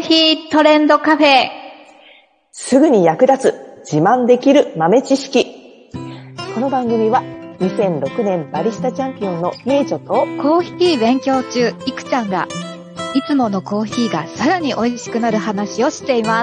ヒートレンドカフェ。 すぐに役立つ自慢できる豆知識。この番組は2006年バリスタチャンピオンのメイチョとコーヒー勉強中いくちゃんがいつものコーヒーがさらに美味しくなる話をしています。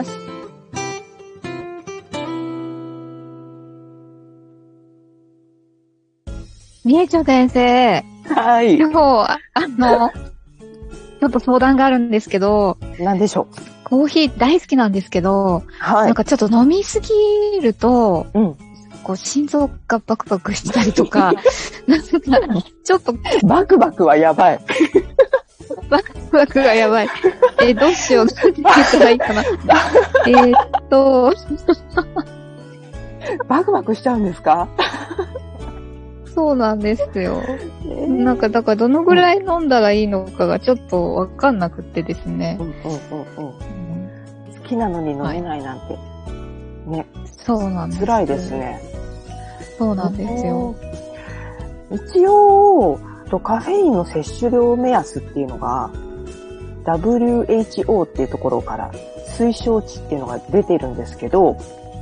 メイチョ先生。 はい。 今日ちょっと相談があるんですけど。 何でしょう。 コーヒー大好きなんですけど、はい。なんかちょっと飲みすぎると、こう心臓がバクバクしたりとか、なんかちょっとバクバクはやばい。 バクバクがやばい。どうしよう。何て言ったらいいかな。 バクバクしちゃうんですか？ そうなんですよ。なんかだからどのぐらい飲んだらいいのかがちょっとわかんなくってですね。 好きなのに飲めないなんて、ね。 そうなんです。 辛いですね。 そうなんですよ。 一応カフェインの摂取量目安っていうのが WHO っていうところから推奨値っていうのが出てるんですけど、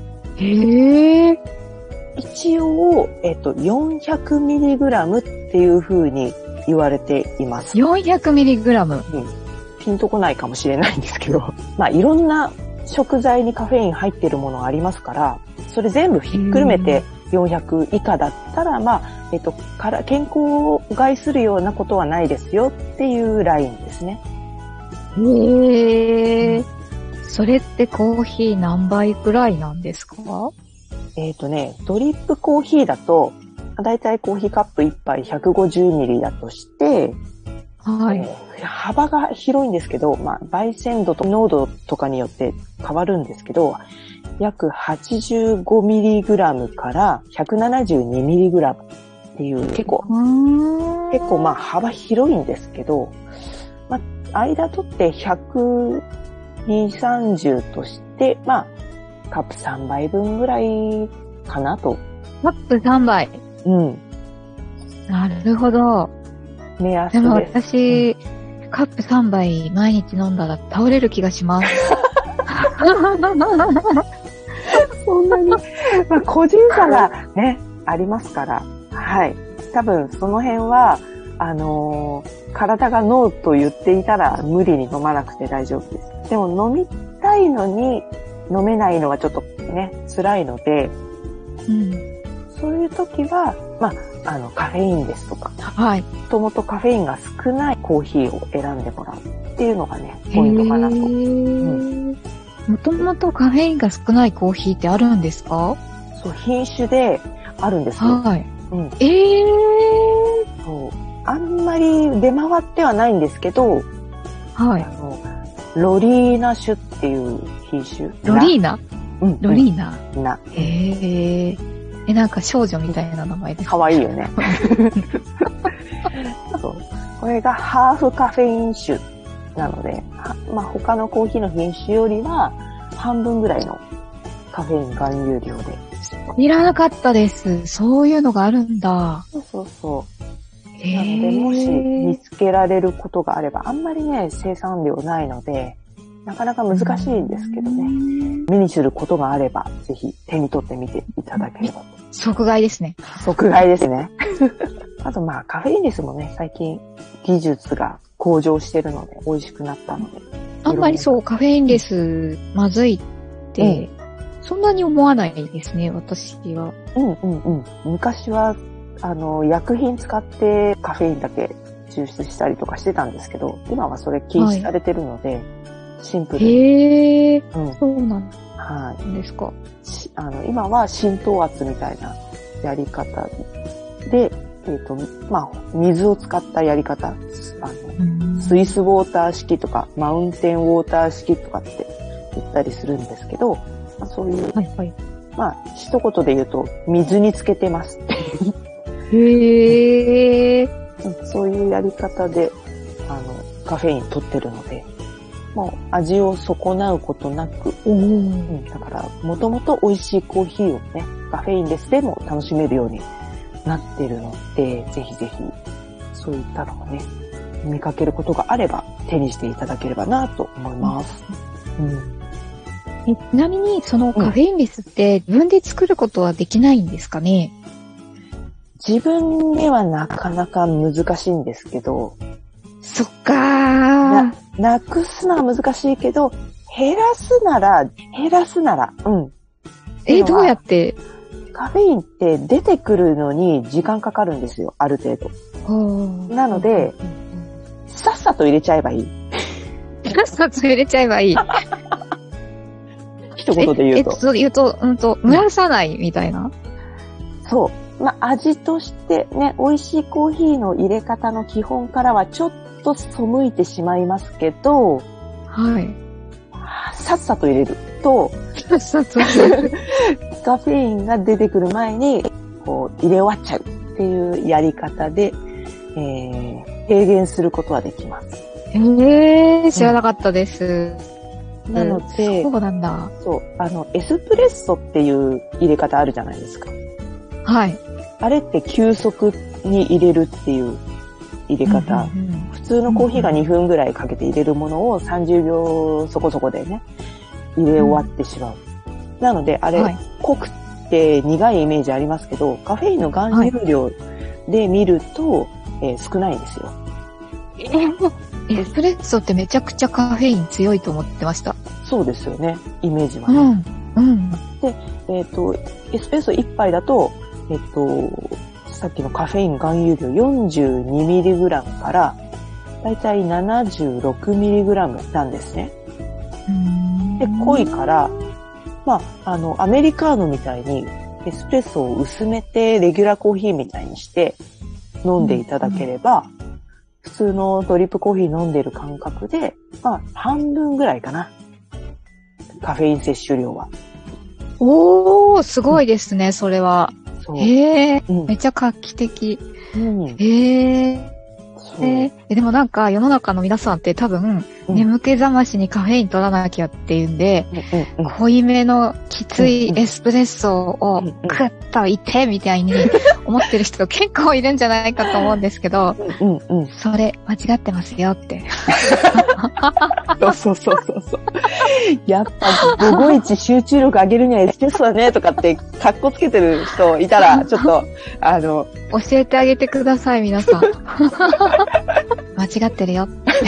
一応、400mg っていう風に言われています。 400mg？ ピンとこないかもしれないんですけど、まあいろんな食材にカフェイン入ってるものがありますから、それ全部ひっくるめて400以下だったら、まあ、健康を害するようなことはないですよっていうラインですね。 それってコーヒー何杯くらいなんですか？ ドリップコーヒーだと、だいたいコーヒーカップ1杯150ミリだとして、 はい。 幅が広いんですけど、まあ、焙煎度と濃度とかによって変わるんですけど、約 85mg から 172mg っていう結構まあ幅広いんですけど、まあ、間取って120、30として、まあ、カップ3杯分ぐらいかなと。 カップ3杯。なるほど。 目安です。 でも私、カップ3杯毎日飲んだら倒れる気がします。 そんなに、まあ、個人差がね、ありますから。はい。多分その辺は、体がノーと言っていたら無理に飲まなくて大丈夫です。でも飲みたいのに飲めないのはちょっとね、辛いので、そういう時は、まあ、カフェインですとか、 はい。 もともとカフェインが少ないコーヒーを選んでもらうっていうのがね、ポイントかなと。 もともとカフェインが少ないコーヒーってあるんですか？ そう、品種であるんですよ。 はい。 そう。あんまり出回ってはないんですけど、 はい。 ロリーナ種っていう品種。 ロリーナ？ロリーナ。なんか少女みたいな名前です。 かわいいよね。そう。これがハーフカフェイン種なので、まあ他のコーヒーの品種よりは半分ぐらいのカフェイン含有量で。 いらなかったです。そういうのがあるんだ。 そう。なので、もし見つけられることがあれば、あんまりね、生産量ないので、なかなか難しいんですけどね。目にすることがあれば、ぜひ手に取ってみていただければと。 即買いですね。 即買いですね。あとまあ、カフェインレスもね、最近技術が向上してるので、美味しくなったので。 あんまりそう、カフェインレスまずいって、そんなに思わないですね、私は。 昔は、薬品使ってカフェインだけ抽出したりとかしてたんですけど、今はそれ禁止されてるので、シンプルに。そうなんですか。今は浸透圧みたいなやり方で、まあ、水を使ったやり方、スイスウォーター式とか、マウンテンウォーター式とかって言ったりするんですけど、まあ、そういう、まあ、一言で言うと、水につけてますっていう。そういうやり方で、カフェイン取ってるので、もう味を損なうことなく、だから、もともと美味しいコーヒーをね、カフェインレスでも楽しめるようになってるので、ぜひぜひ、そういったのをね、見かけることがあれば手にしていただければなと思います。 ちなみに、そのカフェインレスって自分で作ることはできないんですかね？ 自分ではなかなか難しいんですけど。 そっかー。 なくすのは難しいけど、減らすなら、 どうやって？ カフェインって出てくるのに時間かかるんですよ、ある程度。なので、さっさと入れちゃえばいい。 さっさと入れちゃえばいい。 一言で言うと。 蒸らさないみたいな。 そう。味としてね、美味しいコーヒーの入れ方の基本からはちょっと背いてしまいますけど、 はい。 さっさと入れると、カフェインが出てくる前に、こう、入れ終わっちゃうっていうやり方で、軽減することはできます。 知らなかったです。 なので、 そうなんだ。 そう、エスプレッソっていう入れ方あるじゃないですか。 はい。 あれって急速に入れるっていう入れ方。普通のコーヒーが2分ぐらいかけて入れるものを30秒そこそこでね、入れ終わってしまう。なので、あれ、濃くて苦いイメージありますけど、カフェインの含有量で見ると、少ないんですよ。 エスプレッソってめちゃくちゃカフェイン強いと思ってました。 そうですよね、イメージはね。で、エスプレッソ1杯だと、さっきのカフェイン含有量 42mg から、だいたい 76mg なんですね。で、濃いから、アメリカーノみたいにエスプレッソを薄めてレギュラーコーヒーみたいにして飲んでいただければ、普通のドリップコーヒー飲んでる感覚で、半分ぐらいかな。カフェイン摂取量は。 すごいですね、それは。めっちゃ画期的。でもなんか世の中の皆さんって多分、眠気覚ましにカフェイン取らなきゃっていうんで、濃いめのきついエスプレッソをクッといってみたいに思ってる人結構いるんじゃないかと思うんですけど、それ間違ってますよって。 そう。やっぱ午後一集中力上げるにはエスプレッソだねとかってカッコつけてる人いたら、ちょっと、 教えてあげてください、皆さん。間違ってるよ。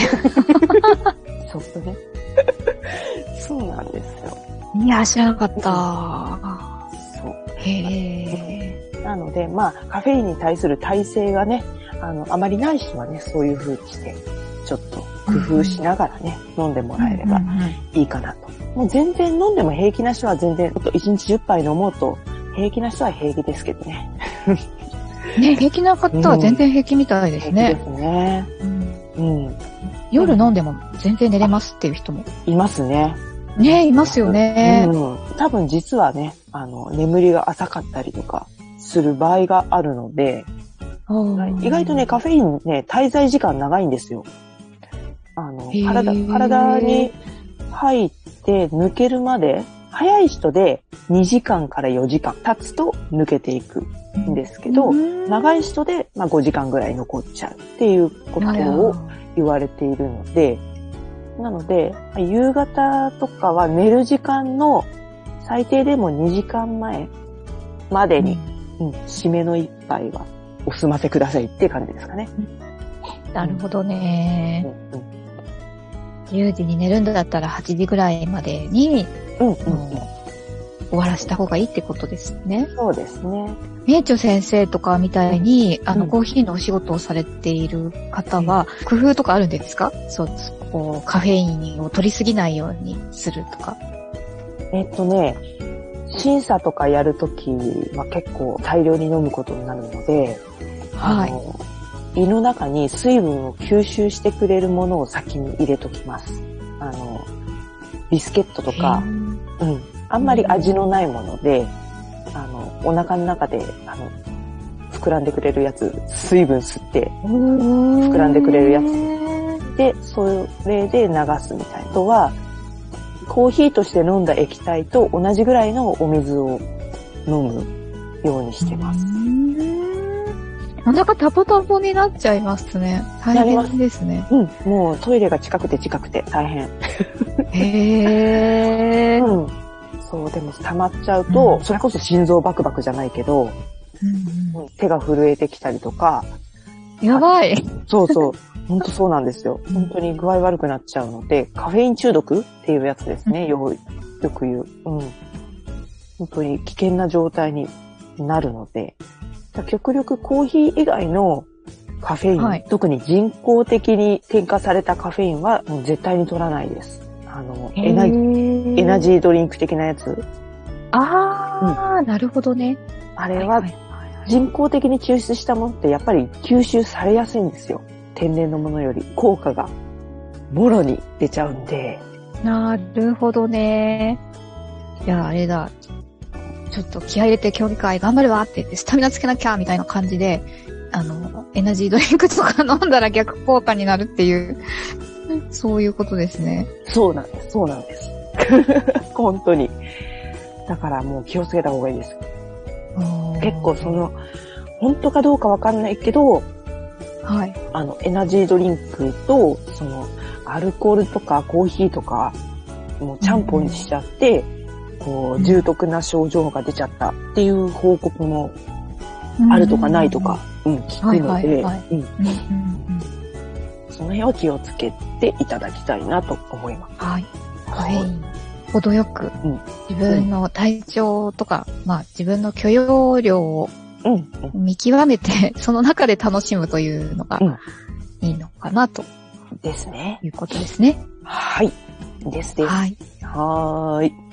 そうね。そうなんですよ。 いや、知らなかった。 そう。 へー。 なので、カフェインに対する耐性がね、あまりない人はね、そういう風にして、ちょっと工夫しながらね、飲んでもらえればいいかなと。もう全然飲んでも平気な人は全然、1日10杯飲もうと、平気な人は平気ですけどね。 ね、平気な方は全然平気みたいですね。 平気ですね。 夜飲んでも全然寝れますっていう人も。 いますね。 ね、いますよね。 多分実はね、眠りが浅かったりとかする場合があるので、意外とね、カフェインね、滞在時間長いんですよ。体に入って抜けるまで、早い人で2時間から4時間経つと抜けていくんですけど、長い人で5時間ぐらい残っちゃうっていうことを言われているので、なので、夕方とかは寝る時間の最低でも2時間前までに、締めの一杯はお済ませくださいって感じですかね。 なるほどね。10時に寝るんだったら8時ぐらいまでに、終わらせた方がいいってことですね。 そうですね。 めいちょ先生とかみたいに、コーヒーのお仕事をされている方は、工夫とかあるんですか？カフェインを取りすぎないようにするとか。 審査とかやるときは結構大量に飲むことになるので、胃の中に水分を吸収してくれるものを先に入れときます。ビスケットとか、あんまり味のないもので、お腹の中で、膨らんでくれるやつ、水分吸って、膨らんでくれるやつで、それで流すみたいな。あとは、コーヒーとして飲んだ液体と同じぐらいのお水を飲むようにしてます。 お腹タポタポになっちゃいますね。大変ですね。 うん。もうトイレが近くて大変。 へー。 うん。そう、でも溜まっちゃうと、それこそ心臓バクバクじゃないけど、手が震えてきたりとか。 やばい。 そうそう。本当そうなんですよ。本当に具合悪くなっちゃうので、カフェイン中毒っていうやつですね。よく言う。うん。本当に危険な状態になるので、極力コーヒー以外のカフェイン、はい、特に人工的に添加されたカフェインはもう絶対に取らないです。エナジードリンク的なやつ。 なるほどね。 あれは人工的に抽出したものってやっぱり吸収されやすいんですよ。天然のものより効果がもろに出ちゃうんで。 なるほどね。いや、あれだ。ちょっと気合入れて競技会頑張るわって言って、スタミナつけなきゃみたいな感じで、エナジードリンクとか飲んだら逆効果になるっていう、そういうことですね。 そうなんです。本当に。だからもう気をつけた方がいいです。結構本当かどうかわかんないけど、はい。エナジードリンクと、アルコールとかコーヒーとか、もうちゃんぽんにしちゃって、重篤な症状が出ちゃったっていう報告もあるとかないとか、聞くので、その辺は気をつけていただきたいなと思います。 はい。はい。程よく、自分の体調とか、自分の許容量を見極めて、その中で楽しむというのがいいのかなと。 ですね。 いうことですね。 はい。です。 はい。 はーい。